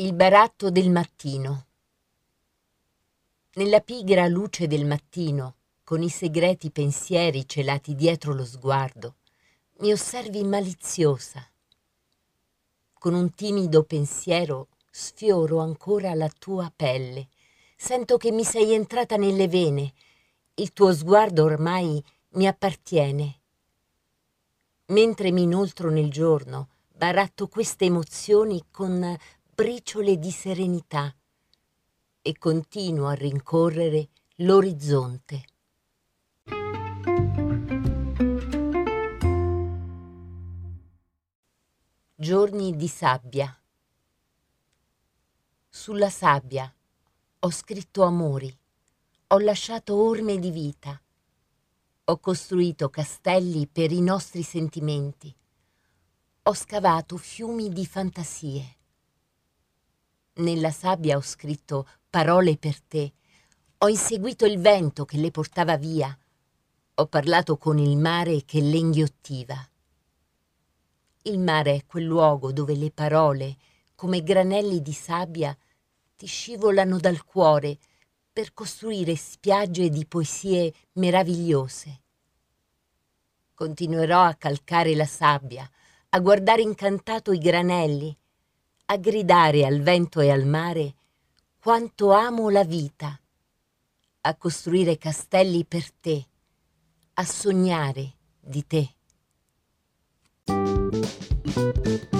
Il baratto del mattino. Nella pigra luce del mattino, con i segreti pensieri celati dietro lo sguardo, mi osservi maliziosa. Con un timido pensiero sfioro ancora la tua pelle. Sento che mi sei entrata nelle vene. Il tuo sguardo ormai mi appartiene. Mentre mi inoltro nel giorno, baratto queste emozioni con briciole di serenità e continuo a rincorrere l'orizzonte. Giorni di sabbia. Sulla sabbia ho scritto amori, ho lasciato orme di vita, ho costruito castelli per i nostri sentimenti, ho scavato fiumi di fantasie. Nella sabbia ho scritto parole per te, ho inseguito il vento che le portava via, ho parlato con il mare che le inghiottiva. Il mare è quel luogo dove le parole, come granelli di sabbia, ti scivolano dal cuore per costruire spiagge di poesie meravigliose. Continuerò a calcare la sabbia, a guardare incantato i granelli, a gridare al vento e al mare quanto amo la vita, a costruire castelli per te, a sognare di te.